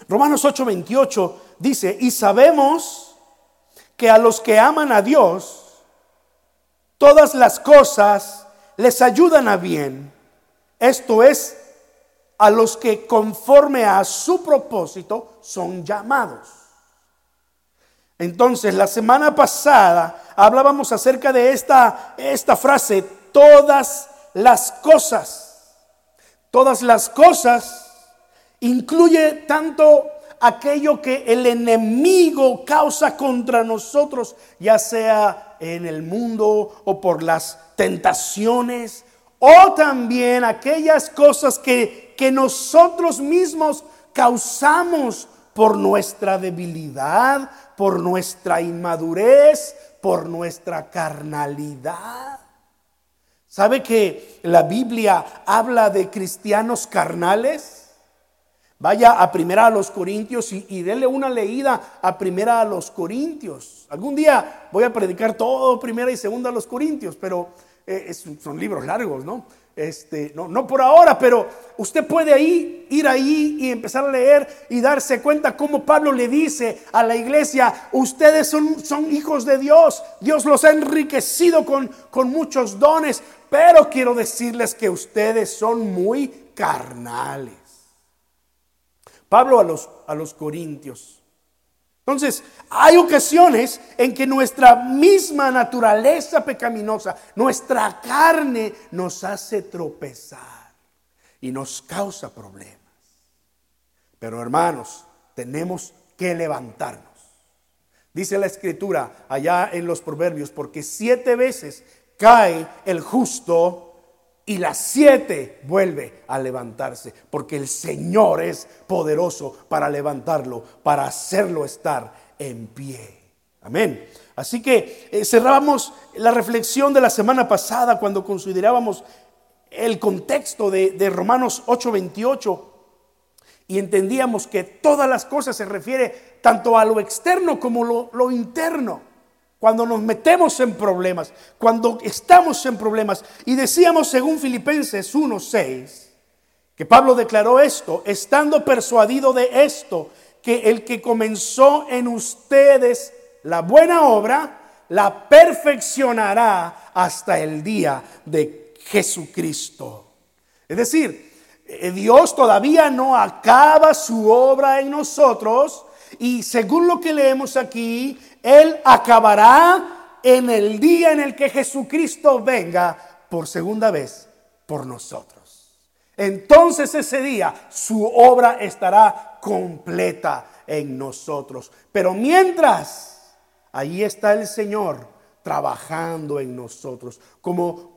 Romanos 8:28 dice: y sabemos que a los que aman a Dios, todas las cosas les ayudan a bien. Esto es, a los que conforme a su propósito son llamados. Entonces, la semana pasada hablábamos acerca de esta frase: todas las cosas. Todas las cosas incluye tanto aquello que el enemigo causa contra nosotros, ya sea en el mundo o por las tentaciones, o también aquellas cosas que nosotros mismos causamos por nuestra debilidad, por nuestra inmadurez, por nuestra carnalidad. ¿Sabe que la Biblia habla de cristianos carnales? Vaya a Primera a los Corintios y dele una leída a Primera a los Corintios. Algún día voy a predicar todo Primera y Segunda a los Corintios, pero son libros largos, ¿no? No por ahora, pero usted puede ir ahí y empezar a leer y darse cuenta cómo Pablo le dice a la iglesia: ustedes son hijos de Dios, Dios los ha enriquecido con muchos dones, pero quiero decirles que ustedes son muy carnales. Pablo a los Corintios. Entonces, hay ocasiones en que nuestra misma naturaleza pecaminosa, nuestra carne, nos hace tropezar y nos causa problemas. Pero hermanos, tenemos que levantarnos. Dice la Escritura allá en los Proverbios: porque 7 veces cae el justo y las 7 vuelve a levantarse, porque el Señor es poderoso para levantarlo, para hacerlo estar en pie. Amén. Así que cerramos la reflexión de la semana pasada cuando considerábamos el contexto de Romanos 8:28 y entendíamos que todas las cosas se refiere tanto a lo externo como lo interno. Cuando nos metemos en problemas, cuando estamos en problemas. Y decíamos, según Filipenses 1:6, que Pablo declaró esto: estando persuadido de esto, que el que comenzó en ustedes la buena obra, la perfeccionará hasta el día de Jesucristo. Es decir, Dios todavía no acaba su obra en nosotros, y según lo que leemos aquí, Él acabará en el día en el que Jesucristo venga por segunda vez por nosotros. Entonces ese día su obra estará completa en nosotros. Pero mientras, ahí está el Señor trabajando en nosotros, como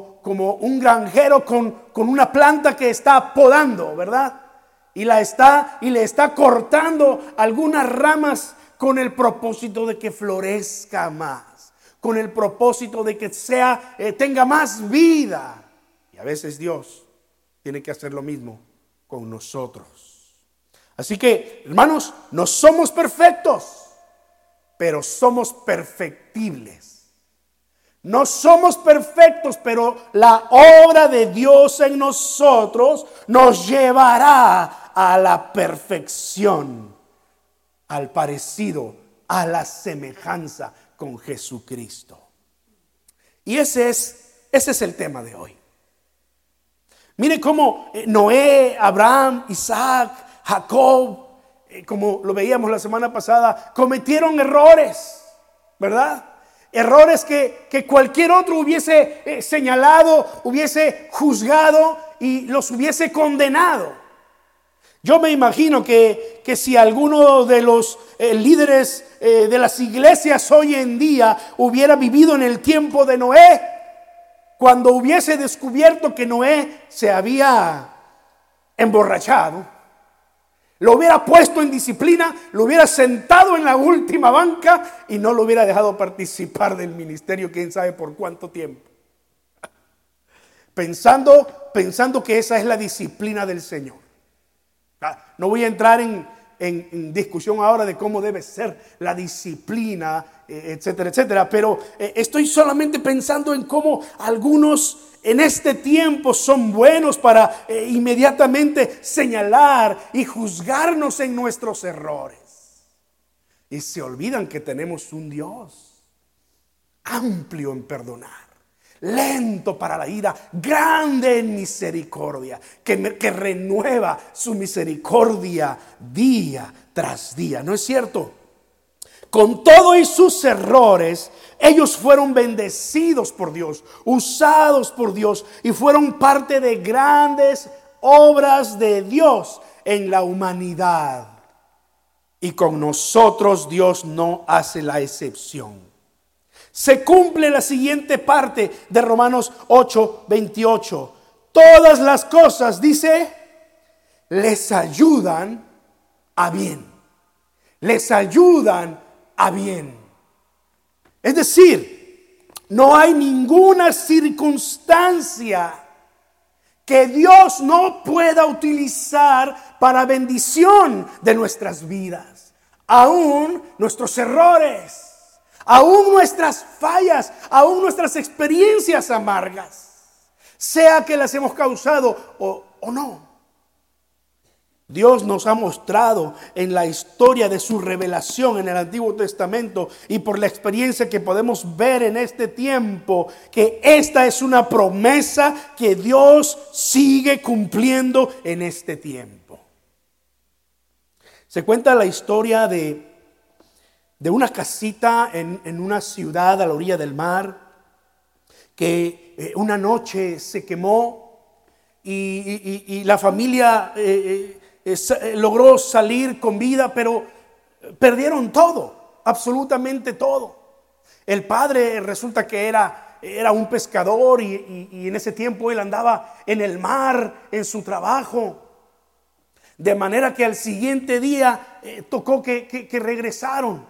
un granjero con una planta que está podando, ¿verdad? Y le está cortando algunas ramas con el propósito de que florezca más, con el propósito de que tenga más vida. Y a veces Dios tiene que hacer lo mismo con nosotros. Así que, hermanos, no somos perfectos, pero somos perfectibles. No somos perfectos, pero la obra de Dios en nosotros nos llevará a la perfección, al parecido, a la semejanza con Jesucristo. Y ese es el tema de hoy. Mire cómo Noé, Abraham, Isaac, Jacob, como lo veíamos la semana pasada, cometieron errores, ¿verdad? Errores que cualquier otro hubiese señalado, hubiese juzgado y los hubiese condenado. Yo me imagino que si alguno de los líderes de las iglesias hoy en día hubiera vivido en el tiempo de Noé, cuando hubiese descubierto que Noé se había emborrachado, lo hubiera puesto en disciplina, lo hubiera sentado en la última banca y no lo hubiera dejado participar del ministerio quién sabe por cuánto tiempo. Pensando que esa es la disciplina del Señor. No voy a entrar en en discusión ahora de cómo debe ser la disciplina, etcétera, etcétera. Pero estoy solamente pensando en cómo algunos en este tiempo son buenos para inmediatamente señalar y juzgarnos en nuestros errores. Y se olvidan que tenemos un Dios amplio en perdonar, lento para la ira, grande en misericordia, que renueva su misericordia día tras día. ¿No es cierto? Con todo y sus errores, ellos fueron bendecidos por Dios, usados por Dios y fueron parte de grandes obras de Dios en la humanidad. Y con nosotros Dios no hace la excepción. Se cumple la siguiente parte de Romanos 8:28. Todas las cosas, dice, les ayudan a bien. Les ayudan a bien. Es decir, no hay ninguna circunstancia que Dios no pueda utilizar para bendición de nuestras vidas. Aún nuestros errores, aún nuestras fallas, aún nuestras experiencias amargas, sea que las hemos causado o no. Dios nos ha mostrado en la historia de su revelación en el Antiguo Testamento y por la experiencia que podemos ver en este tiempo, que esta es una promesa que Dios sigue cumpliendo en este tiempo. Se cuenta la historia de una casita en una ciudad a la orilla del mar, que una noche se quemó y la familia logró salir con vida, pero perdieron todo, absolutamente todo. El padre resulta que era un pescador y en ese tiempo él andaba en el mar en su trabajo, de manera que al siguiente día tocó que regresaron.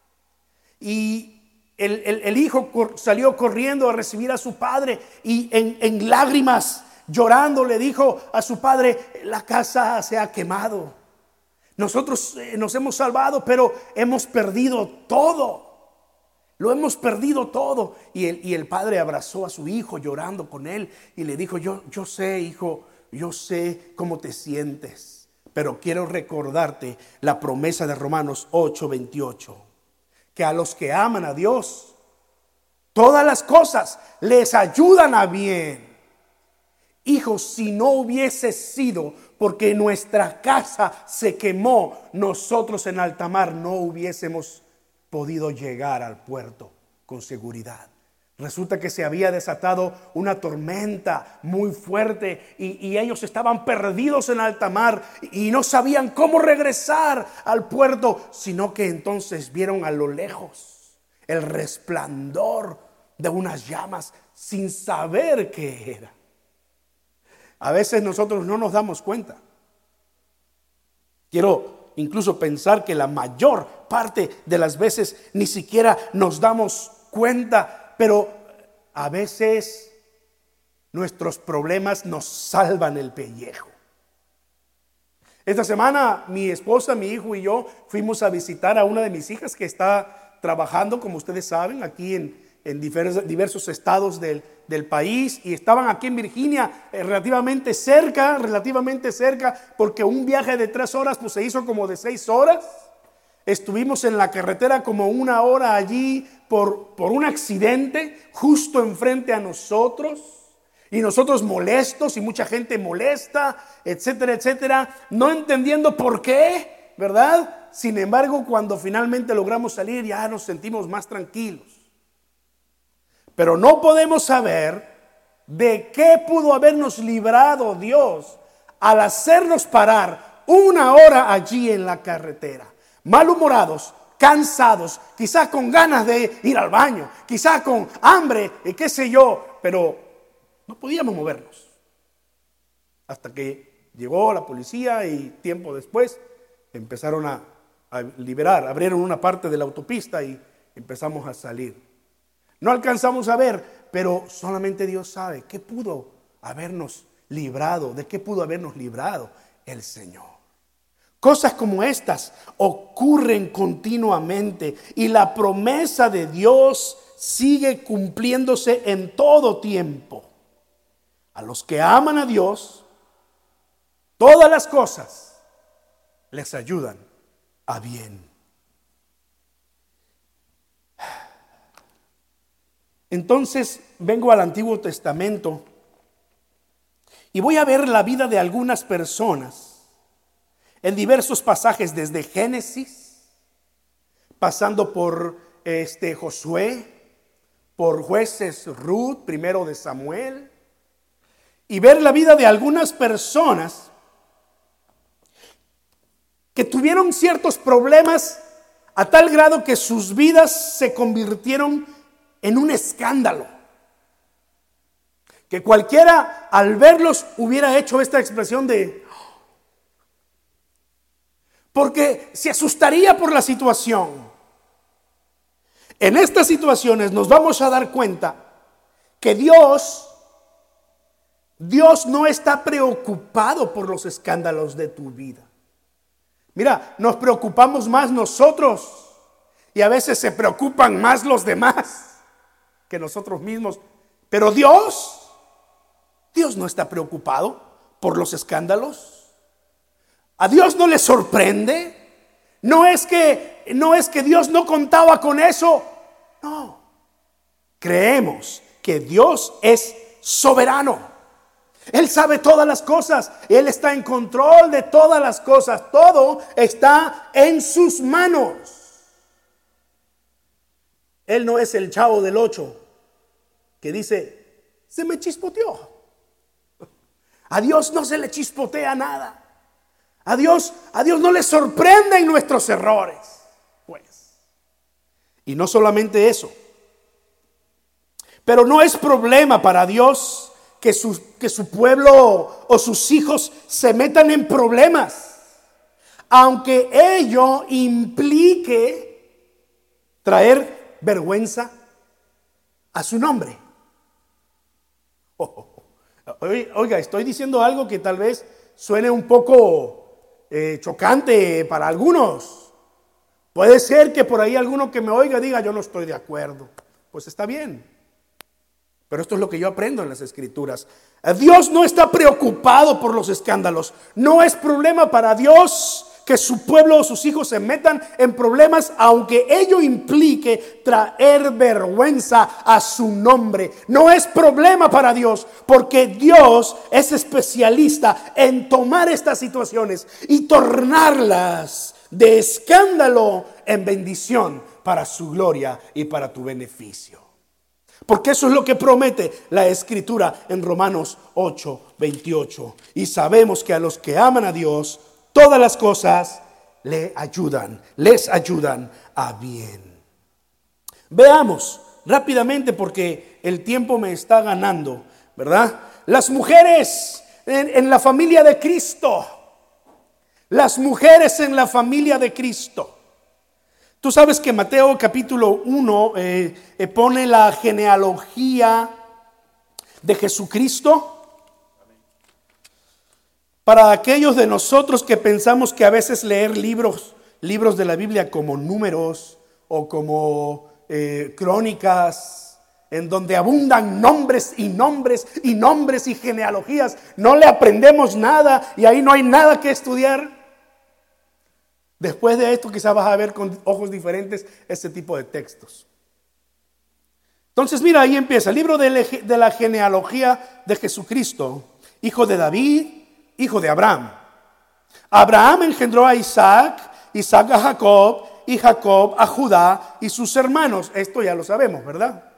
Y el hijo salió corriendo a recibir a su padre y en lágrimas, llorando, le dijo a su padre: la casa se ha quemado. Nosotros nos hemos salvado, pero hemos perdido todo. Lo hemos perdido todo. Y el padre abrazó a su hijo llorando con él y le dijo: yo sé, hijo, yo sé cómo te sientes, pero quiero recordarte la promesa de Romanos 8:28, que a los que aman a Dios, todas las cosas les ayudan a bien. Hijos, si no hubiese sido porque nuestra casa se quemó, nosotros en alta mar no hubiésemos podido llegar al puerto con seguridad. Resulta que se había desatado una tormenta muy fuerte y ellos estaban perdidos en alta mar y no sabían cómo regresar al puerto, sino que entonces vieron a lo lejos el resplandor de unas llamas sin saber qué era. A veces nosotros no nos damos cuenta. Quiero incluso pensar que la mayor parte de las veces ni siquiera nos damos cuenta, pero a veces nuestros problemas nos salvan el pellejo. Esta semana mi esposa, mi hijo y yo fuimos a visitar a una de mis hijas que está trabajando, como ustedes saben, aquí en diversos estados del país, y estaban aquí en Virginia relativamente cerca, porque un viaje de 3 horas pues se hizo como de 6 horas. Estuvimos en la carretera como 1 hora allí por un accidente justo enfrente a nosotros, y nosotros molestos y mucha gente molesta, etcétera, etcétera, no entendiendo por qué, ¿verdad? Sin embargo, cuando finalmente logramos salir, ya nos sentimos más tranquilos. Pero no podemos saber de qué pudo habernos librado Dios al hacernos parar 1 hora allí en la carretera, malhumorados, cansados, quizás con ganas de ir al baño, quizás con hambre, qué sé yo, pero no podíamos movernos. Hasta que llegó la policía y tiempo después empezaron a liberar, abrieron una parte de la autopista y empezamos a salir. No alcanzamos a ver, pero solamente Dios sabe qué pudo habernos librado, de qué pudo habernos librado el Señor. Cosas como estas ocurren continuamente y la promesa de Dios sigue cumpliéndose en todo tiempo. A los que aman a Dios, todas las cosas les ayudan a bien. Entonces vengo al Antiguo Testamento y voy a ver la vida de algunas personas en diversos pasajes, desde Génesis, pasando por Josué, por Jueces, Ruth, primero de Samuel, y ver la vida de algunas personas que tuvieron ciertos problemas a tal grado que sus vidas se convirtieron en un escándalo. Que cualquiera al verlos hubiera hecho esta expresión de... porque se asustaría por la situación. En estas situaciones nos vamos a dar cuenta que Dios no está preocupado por los escándalos de tu vida. Mira, nos preocupamos más nosotros y a veces se preocupan más los demás que nosotros mismos. Pero Dios no está preocupado por los escándalos. ¿A Dios no le sorprende? No es que Dios no contaba con eso. No. Creemos que Dios es soberano. Él sabe todas las cosas. Él está en control de todas las cosas. Todo está en sus manos. Él no es el Chavo del 8 que dice, se me chispoteó. A Dios no se le chispotea nada. A Dios no le sorprenden nuestros errores, pues. Y no solamente eso, pero no es problema para Dios que su pueblo o sus hijos se metan en problemas, aunque ello implique traer vergüenza a su nombre. Oiga, estoy diciendo algo que tal vez suene un poco chocante para algunos. Puede ser que por ahí alguno que me oiga diga, yo no estoy de acuerdo. Pues está bien, pero esto es lo que yo aprendo en las Escrituras. Dios no está preocupado por los escándalos. No es problema para Dios que su pueblo o sus hijos se metan en problemas, aunque ello implique traer vergüenza a su nombre. No es problema para Dios, porque Dios es especialista en tomar estas situaciones y tornarlas de escándalo en bendición para su gloria y para tu beneficio. Porque eso es lo que promete la Escritura en Romanos 8:28. Y sabemos que a los que aman a Dios, todas las cosas les ayudan a bien. Veamos rápidamente, porque el tiempo me está ganando, ¿verdad? Las mujeres en la familia de Cristo. Las mujeres en la familia de Cristo. Tú sabes que Mateo capítulo 1 pone la genealogía de Jesucristo. Para aquellos de nosotros que pensamos que a veces leer libros de la Biblia como Números o como Crónicas, en donde abundan nombres y genealogías, no le aprendemos nada y ahí no hay nada que estudiar. Después de esto quizás vas a ver con ojos diferentes este tipo de textos. Entonces mira, ahí empieza el libro de la genealogía de Jesucristo, hijo de David, hijo de Abraham. Abraham engendró a Isaac, Isaac a Jacob, y Jacob a Judá y sus hermanos. Esto ya lo sabemos, ¿verdad?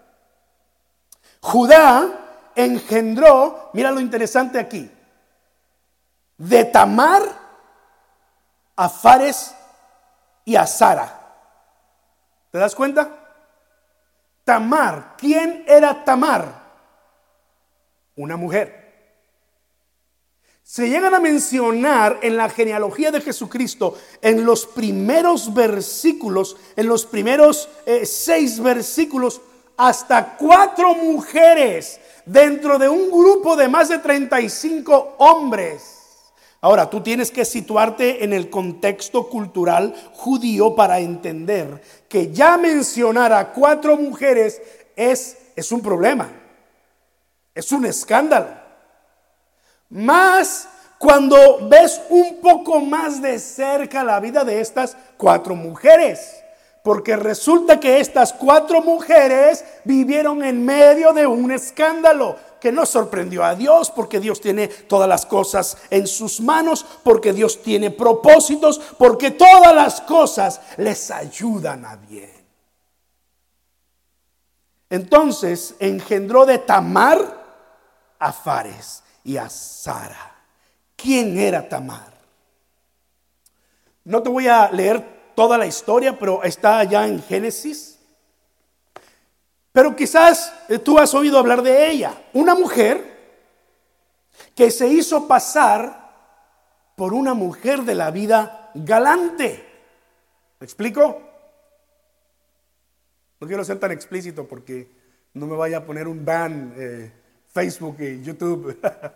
Judá engendró, mira lo interesante aquí, de Tamar a Fares y a Sara. ¿Te das cuenta? Tamar, ¿quién era Tamar? Una mujer. Se llegan a mencionar en la genealogía de Jesucristo, en los primeros versículos, en los primeros 6 versículos, hasta 4 mujeres dentro de un grupo de más de 35 hombres. Ahora, tú tienes que situarte en el contexto cultural judío para entender que ya mencionar a 4 mujeres es un problema, es un escándalo. Más cuando ves un poco más de cerca la vida de estas 4 mujeres. Porque resulta que estas 4 mujeres vivieron en medio de un escándalo que no sorprendió a Dios, porque Dios tiene todas las cosas en sus manos, porque Dios tiene propósitos, porque todas las cosas les ayudan a bien. Entonces engendró de Tamar a Fares y a Zara. ¿Quién era Tamar? No te voy a leer toda la historia, pero está allá en Génesis. Pero quizás tú has oído hablar de ella. Una mujer que se hizo pasar por una mujer de la vida galante. ¿Me explico? No quiero ser tan explícito porque no me vaya a poner un ban Facebook y YouTube.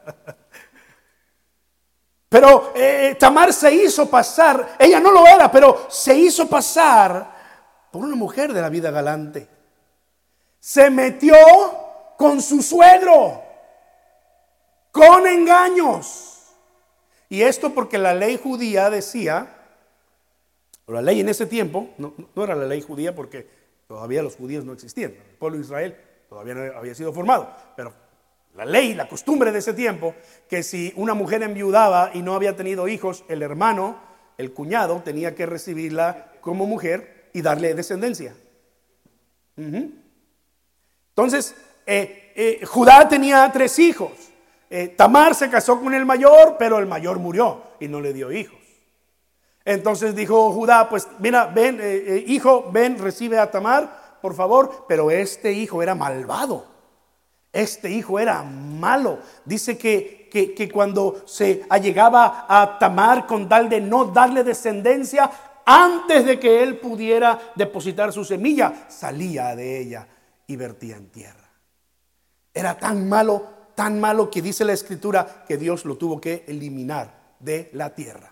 Pero Tamar se hizo pasar, ella no lo era, pero se hizo pasar por una mujer de la vida galante. Se metió con su suegro, con engaños. Y esto porque la ley judía decía, o la ley en ese tiempo, no era la ley judía porque todavía los judíos no existían, el pueblo de Israel todavía no había sido formado, pero la ley, la costumbre de ese tiempo, que si una mujer enviudaba y no había tenido hijos, el hermano, el cuñado, tenía que recibirla como mujer y darle descendencia. Entonces, Judá tenía 3 hijos. Tamar se casó con el mayor, pero el mayor murió y no le dio hijos. Entonces dijo Judá, pues mira, ven, hijo, ven, recibe a Tamar, por favor. Pero este hijo era malvado. Este hijo era malo. Dice que cuando se allegaba a Tamar con tal de no darle descendencia, antes de que él pudiera depositar su semilla, salía de ella y vertía en tierra. Era tan malo que dice la escritura que Dios lo tuvo que eliminar de la tierra.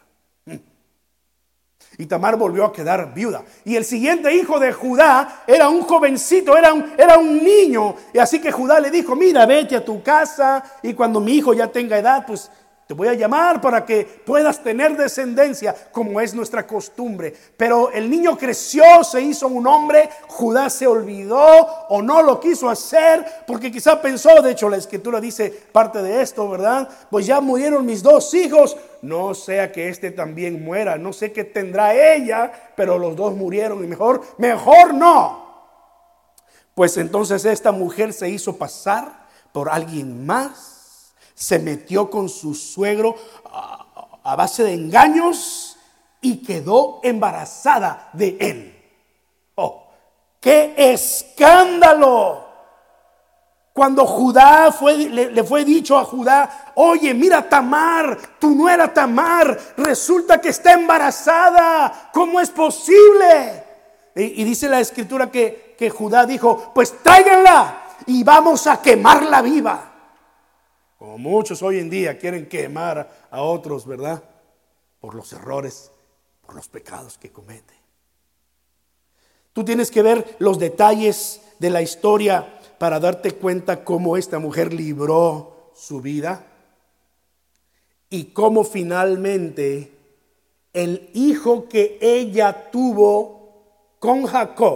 Y Tamar volvió a quedar viuda. Y el siguiente hijo de Judá era un jovencito, era un niño. Y así que Judá le dijo, mira, vete a tu casa y cuando mi hijo ya tenga edad, pues te voy a llamar para que puedas tener descendencia, como es nuestra costumbre. Pero el niño creció, se hizo un hombre. Judá se olvidó o no lo quiso hacer porque quizá pensó, de hecho la escritura dice parte de esto, ¿verdad? Pues ya murieron mis 2 hijos, no sea que este también muera. No sé qué tendrá ella, pero los 2 murieron y mejor no. Pues entonces esta mujer se hizo pasar por alguien más. Se metió con su suegro a base de engaños y quedó embarazada de él. ¡Oh, qué escándalo! Cuando Judá le fue dicho a Judá, oye, mira Tamar, tu nuera Tamar, resulta que está embarazada. ¿Cómo es posible? Y dice la escritura que Judá dijo, pues tráiganla y vamos a quemarla viva. Como muchos hoy en día quieren quemar a otros, ¿verdad? Por los errores, por los pecados que cometen. Tú tienes que ver los detalles de la historia para darte cuenta cómo esta mujer libró su vida y cómo finalmente el hijo que ella tuvo con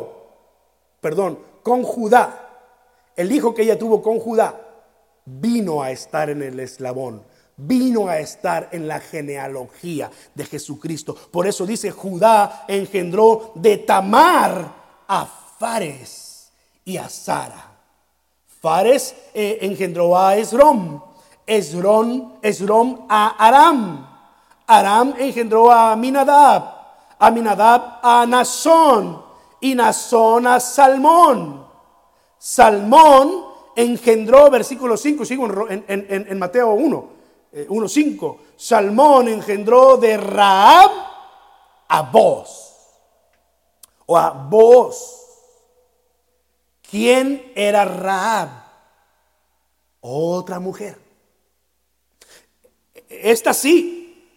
con Judá, el hijo que ella tuvo con Judá, vino a estar en el eslabón, vino a estar en la genealogía de Jesucristo. Por eso dice, Judá engendró de Tamar a Fares y a Zara. Fares engendró a Esrom, Esrom a Aram, Aram engendró a Aminadab, Aminadab a Nasón y Nasón a Salmón. Salmón engendró, versículo 5, sigo en Mateo 1:5. Salmón engendró de Rahab a Boaz, o a Boaz. ¿Quién era Rahab? Otra mujer. Esta sí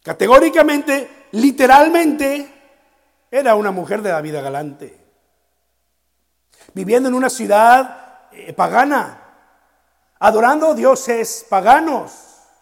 Categóricamente, literalmente, era una mujer de la vida galante, viviendo en una ciudad pagana, adorando dioses paganos.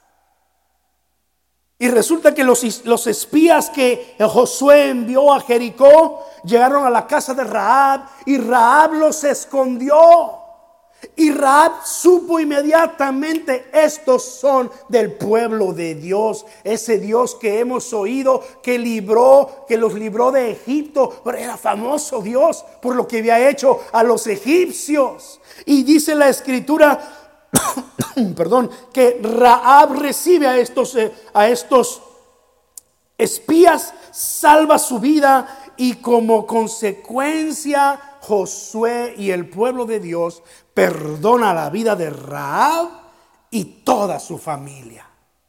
Y resulta que los espías que Josué envió a Jericó llegaron a la casa de Rahab, y Rahab los escondió. Y Rahab supo inmediatamente: estos son del pueblo de Dios, ese Dios que hemos oído, que los libró de Egipto. Pero era famoso Dios por lo que había hecho a los egipcios. Y dice la escritura perdón, que Rahab recibe a estos espías, salva su vida, y como consecuencia Josué y el pueblo de Dios perdona la vida de Rahab y toda su familia.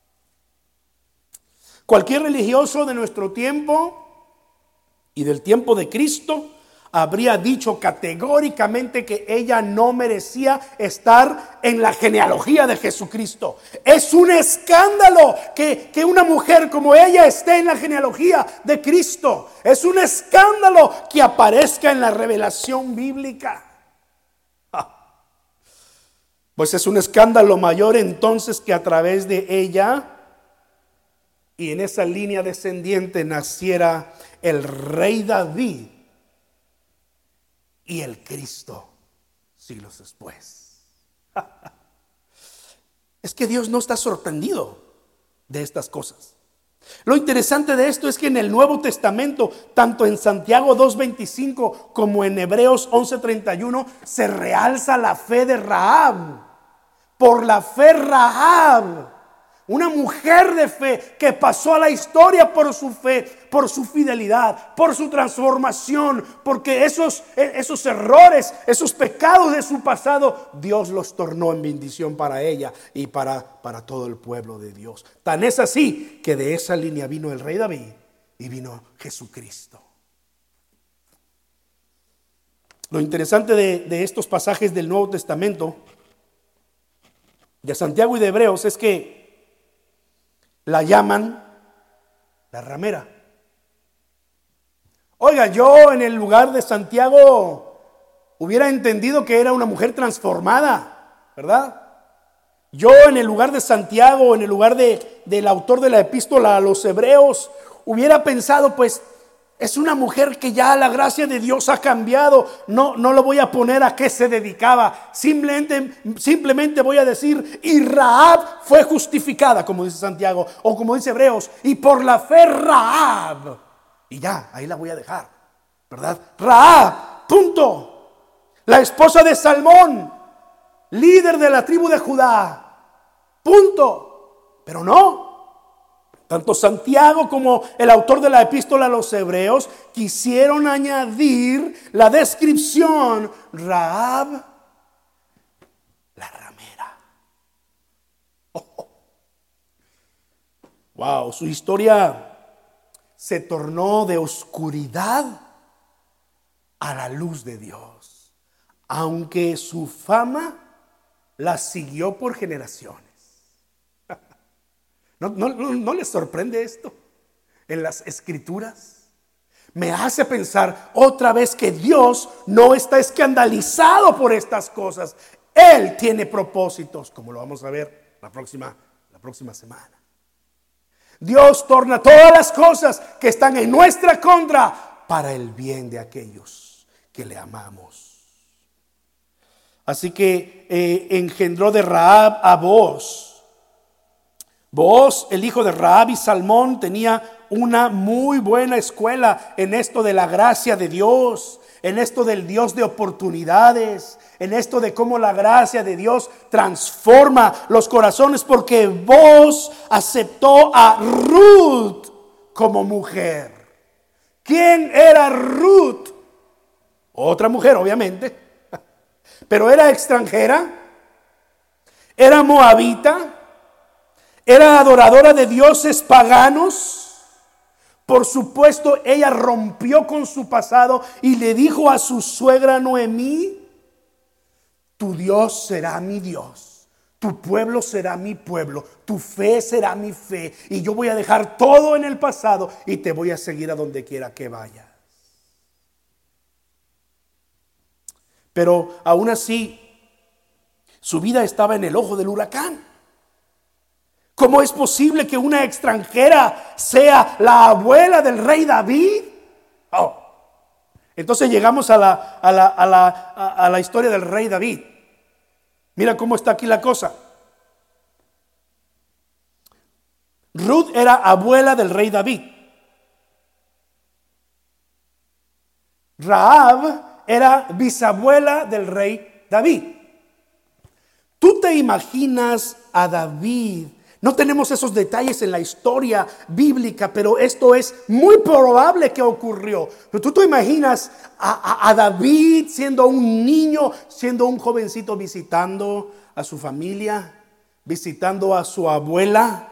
Cualquier religioso de nuestro tiempo y del tiempo de Cristo habría dicho categóricamente que ella no merecía estar en la genealogía de Jesucristo. Es un escándalo que una mujer como ella esté en la genealogía de Cristo. Es un escándalo que aparezca en la revelación bíblica. Pues es un escándalo mayor entonces que a través de ella y en esa línea descendiente naciera el rey David y el Cristo siglos después. Es que Dios no está sorprendido de estas cosas. Lo interesante de esto es que en el Nuevo Testamento, tanto en Santiago 2:25 como en Hebreos 11:31, se realza la fe de Rahab. Por la fe Rahab, una mujer de fe que pasó a la historia por su fe, por su fidelidad, por su transformación, porque esos errores, esos pecados de su pasado, Dios los tornó en bendición para ella y para todo el pueblo de Dios. Tan es así que de esa línea vino el rey David y vino Jesucristo. Lo interesante de estos pasajes del Nuevo Testamento, de Santiago y de Hebreos, es que la llaman la ramera. Oiga, yo en el lugar de Santiago hubiera entendido que era una mujer transformada, ¿verdad? Yo en el lugar de Santiago, en el lugar del autor de la epístola a los Hebreos, hubiera pensado, pues es una mujer que ya la gracia de Dios ha cambiado. No lo voy a poner a qué se dedicaba. Simplemente voy a decir: y Rahab fue justificada, como dice Santiago, o como dice Hebreos, y por la fe Rahab. Y ya, ahí la voy a dejar, ¿verdad? Rahab, punto. La esposa de Salmón, líder de la tribu de Judá, punto. Pero no. Tanto Santiago como el autor de la epístola a los Hebreos quisieron añadir la descripción: Rahab, la ramera. Wow, su historia se tornó de oscuridad a la luz de Dios, aunque su fama la siguió por generaciones. ¿No les sorprende esto en las escrituras? Me hace pensar otra vez que Dios no está escandalizado por estas cosas. Él tiene propósitos, como lo vamos a ver la próxima semana. Dios torna todas las cosas que están en nuestra contra para el bien de aquellos que le amamos. Así que engendró de Rahab a Booz. Booz, el hijo de Rahab y Salmón, tenía una muy buena escuela en esto de la gracia de Dios, en esto del Dios de oportunidades, en esto de cómo la gracia de Dios transforma los corazones, porque Booz aceptó a Ruth como mujer. ¿Quién era Ruth? Otra mujer, obviamente, pero era extranjera, era moabita, era adoradora de dioses paganos. Por supuesto, ella rompió con su pasado y le dijo a su suegra Noemí: tu Dios será mi Dios, Tu pueblo será mi pueblo, tu fe será mi fe, y yo voy a dejar todo en el pasado y te voy a seguir a donde quiera que vayas. Pero aún así, su vida estaba en el ojo del huracán. ¿Cómo es posible que una extranjera sea la abuela del rey David? Oh. Entonces llegamos a la historia del rey David. Mira cómo está aquí la cosa. Ruth era abuela del rey David. Rahab era bisabuela del rey David. ¿Tú te imaginas a David? No tenemos esos detalles en la historia bíblica, pero esto es muy probable que ocurrió. Pero tú te imaginas a David siendo un niño, siendo un jovencito, visitando a su familia, visitando a su abuela.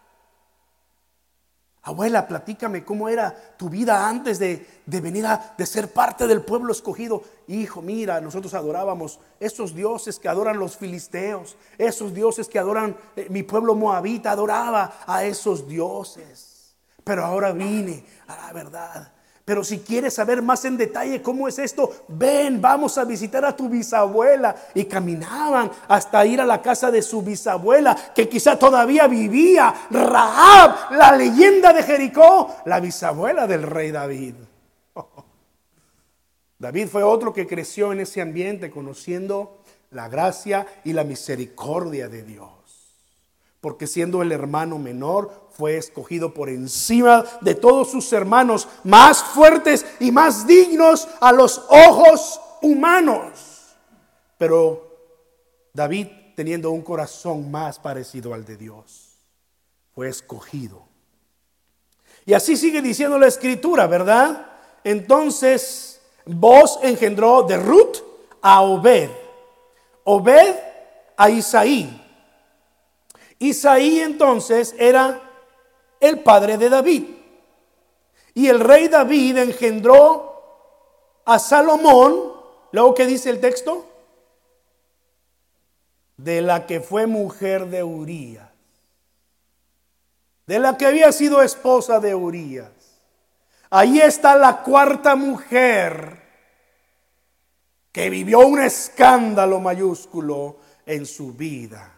Abuela, platícame cómo era tu vida antes de venir de ser parte del pueblo escogido. Hijo, mira, nosotros adorábamos esos dioses que adoran los filisteos, esos dioses que adoran, mi pueblo moabita adoraba a esos dioses. Pero ahora vine a la verdad. Pero si quieres saber más en detalle cómo es esto, ven, vamos a visitar a tu bisabuela. Y caminaban hasta ir a la casa de su bisabuela, que quizá todavía vivía. Rahab, la leyenda de Jericó, la bisabuela del rey David. David fue otro que creció en ese ambiente, conociendo la gracia y la misericordia de Dios. Porque siendo el hermano menor, fue escogido por encima de todos sus hermanos más fuertes y más dignos a los ojos humanos. Pero David, teniendo un corazón más parecido al de Dios, fue escogido. Y así sigue diciendo la escritura, ¿verdad? Entonces, Booz engendró de Ruth a Obed, Obed a Isaí. Isaí entonces era el padre de David. Y el rey David engendró a Salomón. Luego, ¿qué dice el texto? De la que fue mujer de Urías, de la que había sido esposa de Urías. Ahí está la cuarta mujer que vivió un escándalo mayúsculo en su vida.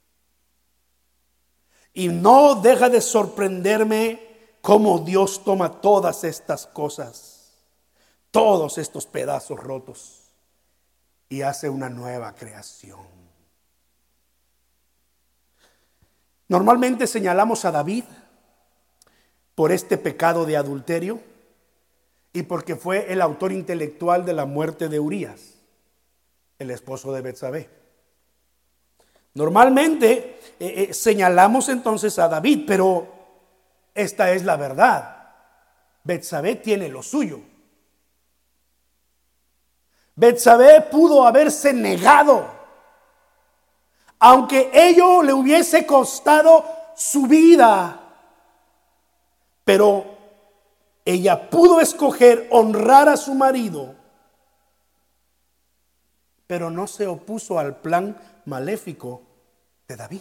Y no deja de sorprenderme cómo Dios toma todas estas cosas, todos estos pedazos rotos, y hace una nueva creación. Normalmente señalamos a David por este pecado de adulterio y porque fue el autor intelectual de la muerte de Urías, el esposo de Betsabé. Normalmente señalamos entonces a David, pero esta es la verdad. Betsabé tiene lo suyo. Betsabé pudo haberse negado, aunque ello le hubiese costado su vida. Pero ella pudo escoger honrar a su marido, pero no se opuso al plan maléfico de David.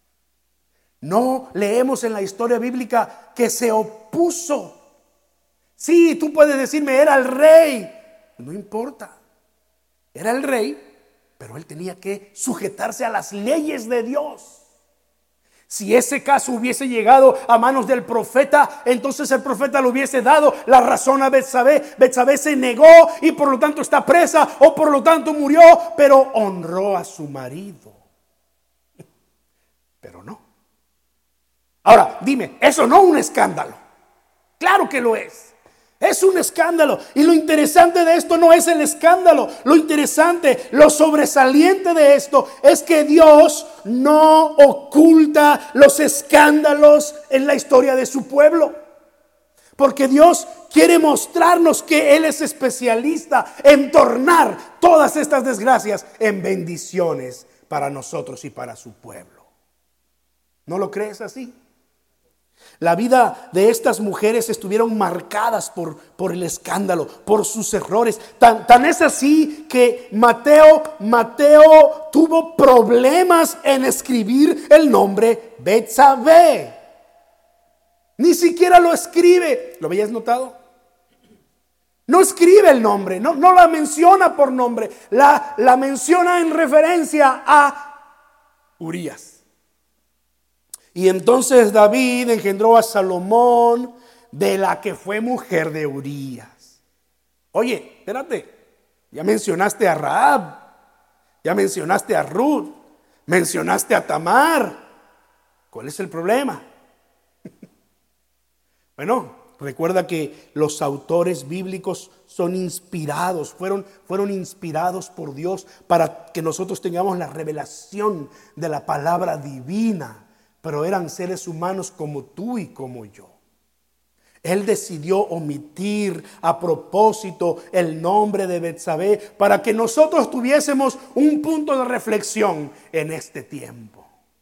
No leemos en la historia bíblica que se opuso. Sí, tú puedes decirme, era el rey. No importa. Era el rey, pero él tenía que sujetarse a las leyes de Dios. Si ese caso hubiese llegado a manos del profeta, entonces el profeta le hubiese dado la razón a Betsabé. Betsabé se negó y por lo tanto está presa, o por lo tanto murió, pero honró a su marido. Pero no. Ahora, dime, ¿eso no es un escándalo? Claro que lo es. Es un escándalo. Y lo interesante de esto no es el escándalo. Lo interesante, lo sobresaliente de esto es que Dios no oculta los escándalos en la historia de su pueblo. Porque Dios quiere mostrarnos que Él es especialista en tornar todas estas desgracias en bendiciones para nosotros y para su pueblo. ¿No lo crees así? La vida de estas mujeres estuvieron marcadas por el escándalo, por sus errores. Tan es así que Mateo tuvo problemas en escribir el nombre Betsabé. Ni siquiera lo escribe. ¿Lo habías notado? No escribe el nombre, no la menciona por nombre. La menciona en referencia a Urías. Y entonces David engendró a Salomón, de la que fue mujer de Urías. Oye, espérate, ya mencionaste a Rahab, ya mencionaste a Ruth, mencionaste a Tamar. ¿Cuál es el problema? Bueno, recuerda que los autores bíblicos son inspirados, fueron inspirados por Dios para que nosotros tengamos la revelación de la palabra divina. Pero eran seres humanos como tú y como yo. Él decidió omitir a propósito el nombre de Betsabé para que nosotros tuviésemos un punto de reflexión en este tiempo.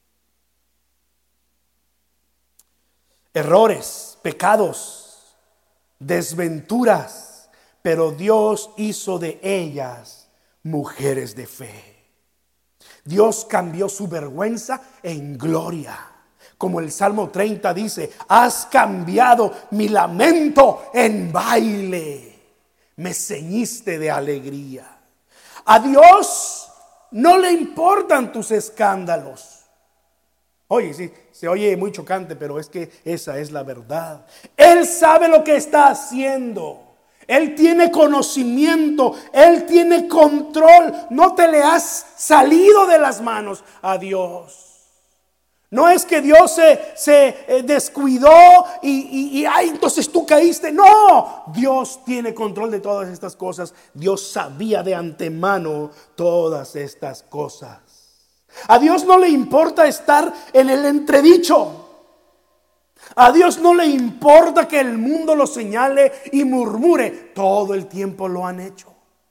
Errores, pecados, desventuras, pero Dios hizo de ellas mujeres de fe. Dios cambió su vergüenza en gloria. Como el Salmo 30 dice, has cambiado mi lamento en baile. Me ceñiste de alegría. A Dios no le importan tus escándalos. Oye, sí, se oye muy chocante, pero es que esa es la verdad. Él sabe lo que está haciendo. Él tiene conocimiento, Él tiene control. No te le has salido de las manos a Dios. No es que Dios se descuidó y entonces tú caíste. No, Dios tiene control de todas estas cosas. Dios sabía de antemano todas estas cosas. A Dios no le importa estar en el entredicho. A Dios no le importa que el mundo lo señale y murmure. Todo el tiempo lo han hecho.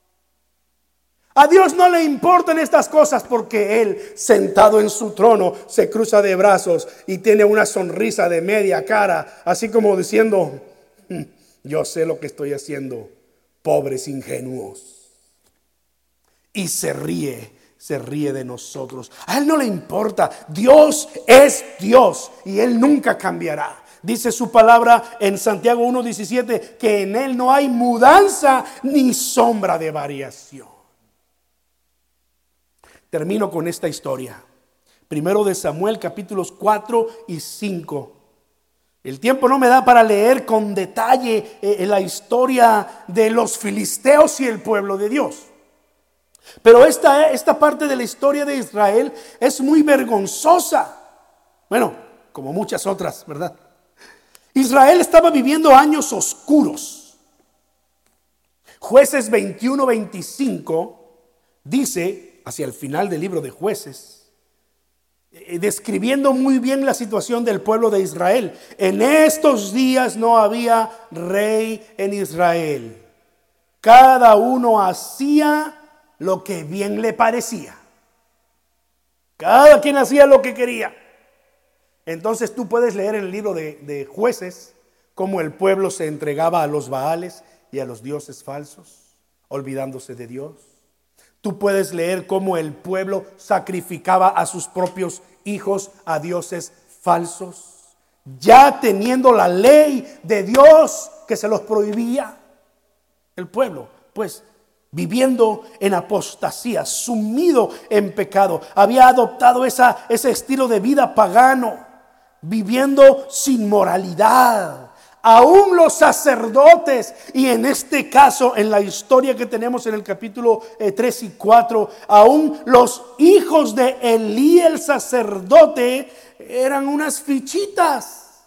A Dios no le importan estas cosas porque Él, sentado en su trono, se cruza de brazos y tiene una sonrisa de media cara, así como diciendo, yo sé lo que estoy haciendo, pobres ingenuos. Y se ríe de nosotros. A Él no le importa. Dios es Dios y Él nunca cambiará. Dice su palabra en Santiago 1:17 que en Él no hay mudanza ni sombra de variación. Termino con esta historia. Primero de Samuel, capítulos 4 y 5. El tiempo no me da para leer con detalle la historia de los filisteos y el pueblo de Dios. Pero esta parte de la historia de Israel es muy vergonzosa. Bueno, como muchas otras, ¿verdad? Israel estaba viviendo años oscuros. Jueces 21-25 dice, hacia el final del libro de Jueces, describiendo muy bien la situación del pueblo de Israel. En estos días no había rey en Israel. Cada uno hacía lo que bien le parecía. Cada quien hacía lo que quería. Entonces tú puedes leer en el libro de Jueces cómo el pueblo se entregaba a los Baales y a los dioses falsos, olvidándose de Dios. Tú puedes leer cómo el pueblo sacrificaba a sus propios hijos a dioses falsos, ya teniendo la ley de Dios que se los prohibía. El pueblo, pues, viviendo en apostasía, sumido en pecado, había adoptado ese estilo de vida pagano, viviendo sin moralidad. Aún los sacerdotes, y en este caso, en la historia que tenemos en el capítulo 3 y 4, aún los hijos de Elí el sacerdote eran unas fichitas.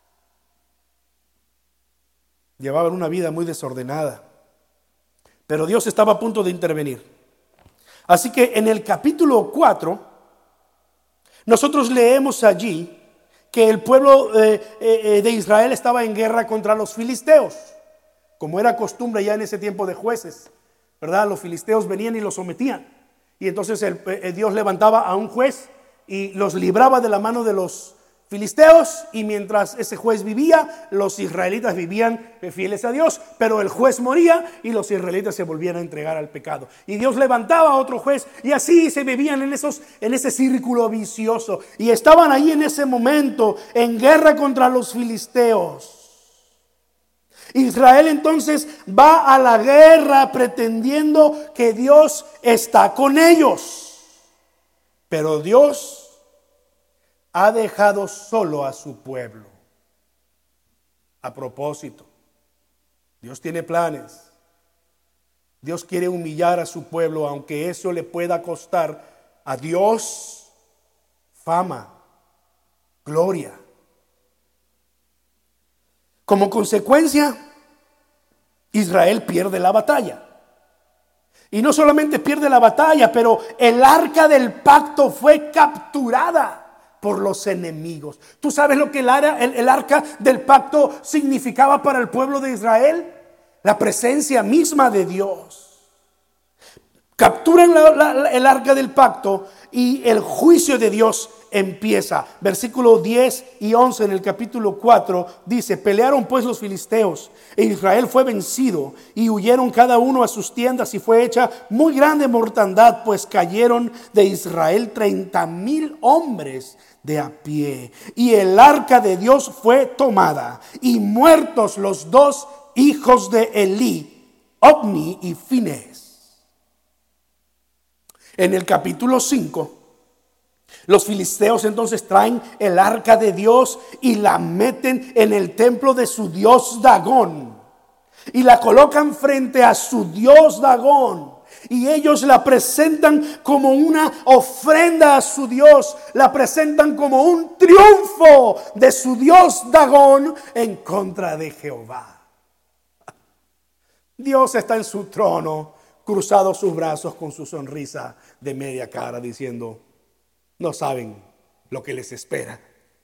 Llevaban una vida muy desordenada. Pero Dios estaba a punto de intervenir. Así que en el capítulo 4, nosotros leemos allí que el pueblo de Israel estaba en guerra contra los filisteos, como era costumbre ya en ese tiempo de Jueces, ¿verdad? Los filisteos venían y los sometían. Y entonces Dios levantaba a un juez y los libraba de la mano de los filisteos, y mientras ese juez vivía, los israelitas vivían fieles a Dios, pero el juez moría y los israelitas se volvían a entregar al pecado. Y Dios levantaba a otro juez y así se vivían en ese círculo vicioso. Y estaban ahí en ese momento en guerra contra los filisteos. Israel entonces va a la guerra pretendiendo que Dios está con ellos. Pero Dios ha dejado solo a su pueblo. A propósito, Dios tiene planes. Dios quiere humillar a su pueblo, aunque eso le pueda costar a Dios fama, gloria. Como consecuencia, Israel pierde la batalla. Y no solamente pierde la batalla, pero el arca del pacto fue capturada por los enemigos. ¿Tú sabes lo que el arca del pacto significaba para el pueblo de Israel? La presencia misma de Dios. Capturan el arca del pacto y el juicio de Dios empieza. Versículos 10 y 11 en el capítulo 4 dice: pelearon pues los filisteos e Israel fue vencido y huyeron cada uno a sus tiendas y fue hecha muy grande mortandad, pues cayeron de Israel 30,000 hombres de a pie. Y el arca de Dios fue tomada y muertos los dos hijos de Elí, Ofni y Finehés. En el capítulo 5, los filisteos entonces traen el arca de Dios y la meten en el templo de su dios Dagón. Y la colocan frente a su dios Dagón. Y ellos la presentan como una ofrenda a su Dios. La presentan como un triunfo de su dios Dagón en contra de Jehová. Dios está en su trono, cruzado sus brazos con su sonrisa de media cara, diciendo: no saben lo que les espera.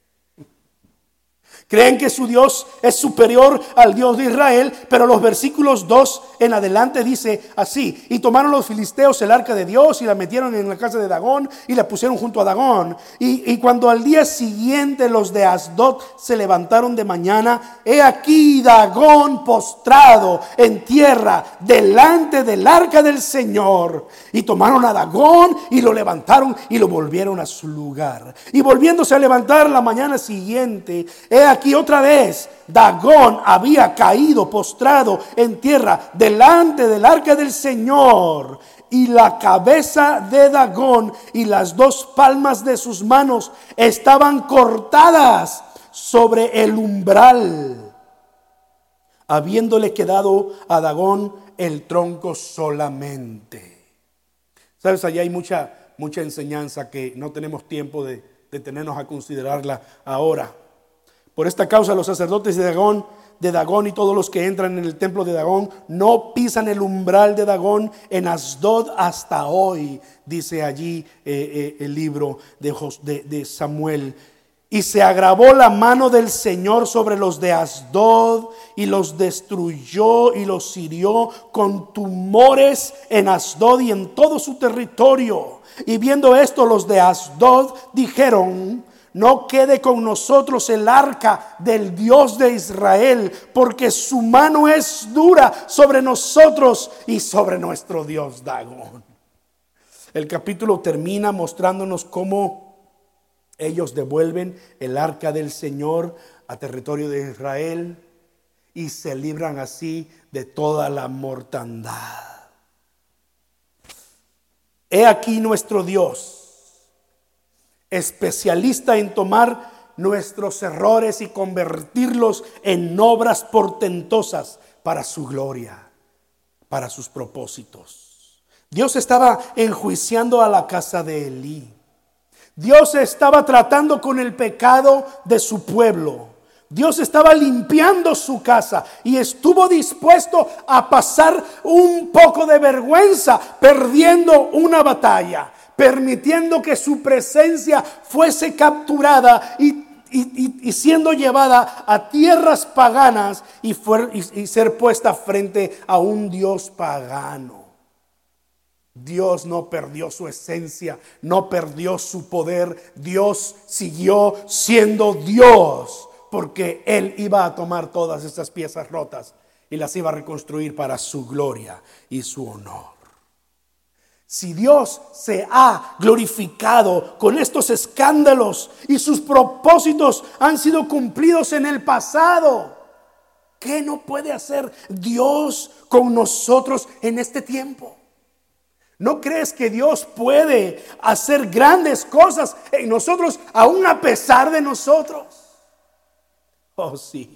Creen que su Dios es superior al Dios de Israel, pero los versículos 2 en adelante dice así: y tomaron los filisteos el arca de Dios y la metieron en la casa de Dagón y la pusieron junto a Dagón. Y cuando al día siguiente los de Asdod se levantaron de mañana, he aquí Dagón postrado en tierra delante del arca del Señor. Y tomaron a Dagón y lo levantaron y lo volvieron a su lugar. Y volviéndose a levantar la mañana siguiente, he aquí otra vez Dagón había caído postrado en tierra delante del arca del Señor. Y la cabeza de Dagón y las dos palmas de sus manos estaban cortadas sobre el umbral, habiéndole quedado a Dagón el tronco solamente. Sabes, allá hay mucha enseñanza que no tenemos tiempo de detenernos a considerarla ahora. Por esta causa los sacerdotes de Dagón y todos los que entran en el templo de Dagón no pisan el umbral de Dagón en Asdod hasta hoy, dice allí el libro de Samuel. Y se agravó la mano del Señor sobre los de Asdod y los destruyó y los hirió con tumores en Asdod y en todo su territorio. Y viendo esto, los de Asdod dijeron: no quede con nosotros el arca del Dios de Israel, porque su mano es dura sobre nosotros y sobre nuestro Dios Dagón. El capítulo termina mostrándonos cómo ellos devuelven el arca del Señor a territorio de Israel y se libran así de toda la mortandad. He aquí nuestro Dios, especialista en tomar nuestros errores y convertirlos en obras portentosas para su gloria, para sus propósitos. Dios estaba enjuiciando a la casa de Elí. Dios estaba tratando con el pecado de su pueblo. Dios estaba limpiando su casa y estuvo dispuesto a pasar un poco de vergüenza perdiendo una batalla, permitiendo que su presencia fuese capturada y siendo llevada a tierras paganas y ser puesta frente a un Dios pagano. Dios no perdió su esencia, no perdió su poder. Dios siguió siendo Dios, porque Él iba a tomar todas estas piezas rotas y las iba a reconstruir para su gloria y su honor. Si Dios se ha glorificado con estos escándalos y sus propósitos han sido cumplidos en el pasado, ¿qué no puede hacer Dios con nosotros en este tiempo? ¿No crees que Dios puede hacer grandes cosas en nosotros, aún a pesar de nosotros? Oh, sí.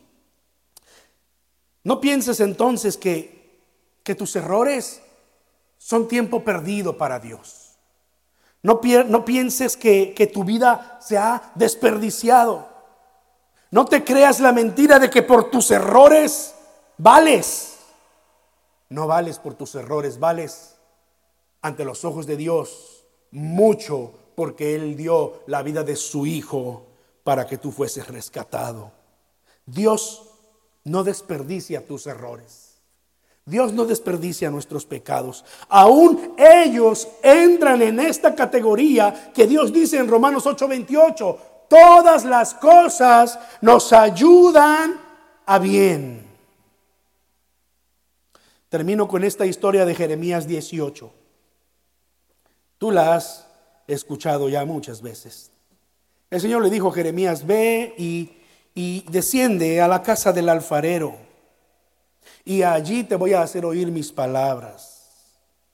No pienses entonces que tus errores son tiempo perdido para Dios. No pienses que tu vida se ha desperdiciado. No te creas la mentira de que por tus errores vales. No vales por tus errores, vales ante los ojos de Dios mucho, porque Él dio la vida de su Hijo para que tú fueses rescatado. Dios no desperdicia tus errores. Dios no desperdicia nuestros pecados. Aún ellos entran en esta categoría que Dios dice en Romanos 8:28. Todas las cosas nos ayudan a bien. Termino con esta historia de Jeremías 18. Tú la has escuchado ya muchas veces. El Señor le dijo a Jeremías: ve y desciende a la casa del alfarero, y allí te voy a hacer oír mis palabras.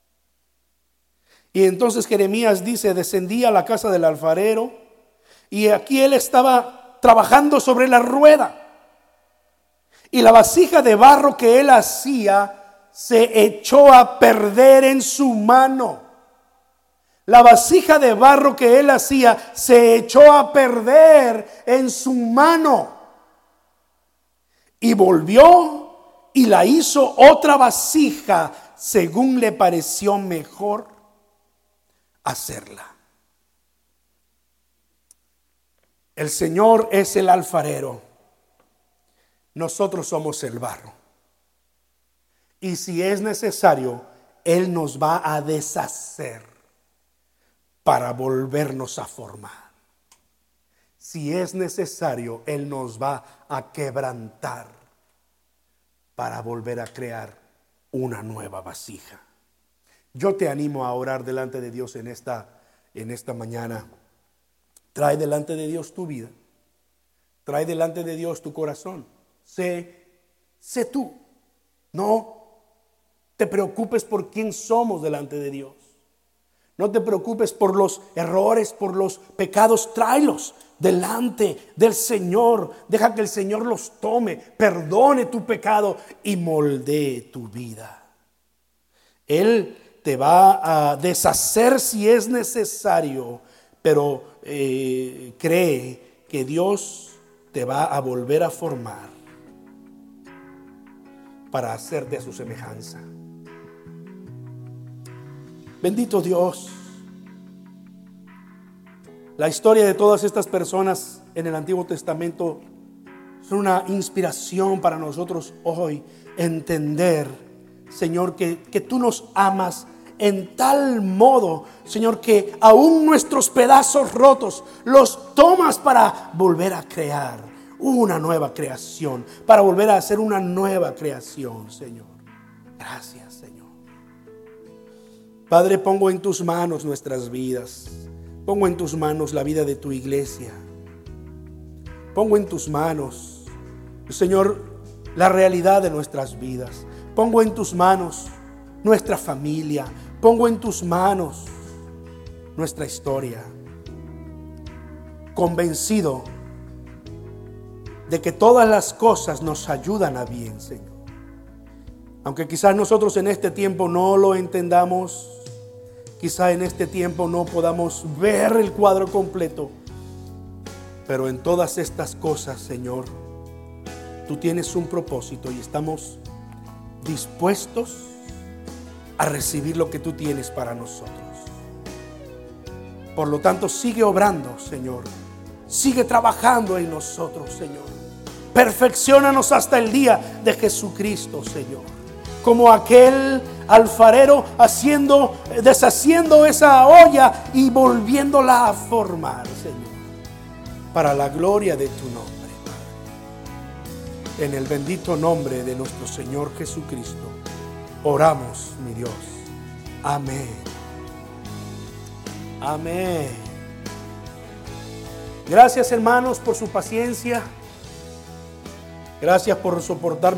Y entonces Jeremías dice: descendí a la casa del alfarero, y aquí él estaba trabajando sobre la rueda, y la vasija de barro que él hacía se echó a perder en su mano. La vasija de barro que él hacía se echó a perder en su mano. Y volvió y la hizo otra vasija según le pareció mejor hacerla. El Señor es el alfarero. Nosotros somos el barro. Y si es necesario, Él nos va a deshacer para volvernos a formar. Si es necesario, Él nos va a quebrantar para volver a crear una nueva vasija. Yo te animo a orar delante de Dios en esta mañana. Trae delante de Dios tu vida. Trae delante de Dios tu corazón. Sé tú. No te preocupes por quién somos delante de Dios. No te preocupes por los errores, por los pecados. Tráelos delante del Señor. Deja que el Señor los tome, perdone tu pecado y moldee tu vida. Él te va a deshacer si es necesario, pero cree que Dios te va a volver a formar para hacerte a su semejanza. Bendito Dios. La historia de todas estas personas en el Antiguo Testamento es una inspiración para nosotros hoy entender, Señor, que tú nos amas en tal modo, Señor, que aún nuestros pedazos rotos los tomas para volver a crear una nueva creación, para volver a hacer una nueva creación, Señor. Gracias, Señor. Padre, pongo en tus manos nuestras vidas. Pongo en tus manos la vida de tu iglesia. Pongo en tus manos, Señor, la realidad de nuestras vidas. Pongo en tus manos nuestra familia. Pongo en tus manos nuestra historia. Convencido de que todas las cosas nos ayudan a bien, Señor. Aunque quizás nosotros en este tiempo no lo entendamos, quizá en este tiempo no podamos ver el cuadro completo, pero en todas estas cosas, Señor, tú tienes un propósito y estamos dispuestos a recibir lo que tú tienes para nosotros. Por lo tanto, sigue obrando, Señor. Sigue trabajando en nosotros, Señor. Perfecciónanos hasta el día de Jesucristo, Señor. Como aquel alfarero deshaciendo esa olla y volviéndola a formar, Señor, para la gloria de tu nombre, Padre. En el bendito nombre de nuestro Señor Jesucristo, oramos, mi Dios. Amén. Amén. Gracias, hermanos, por su paciencia. Gracias por soportar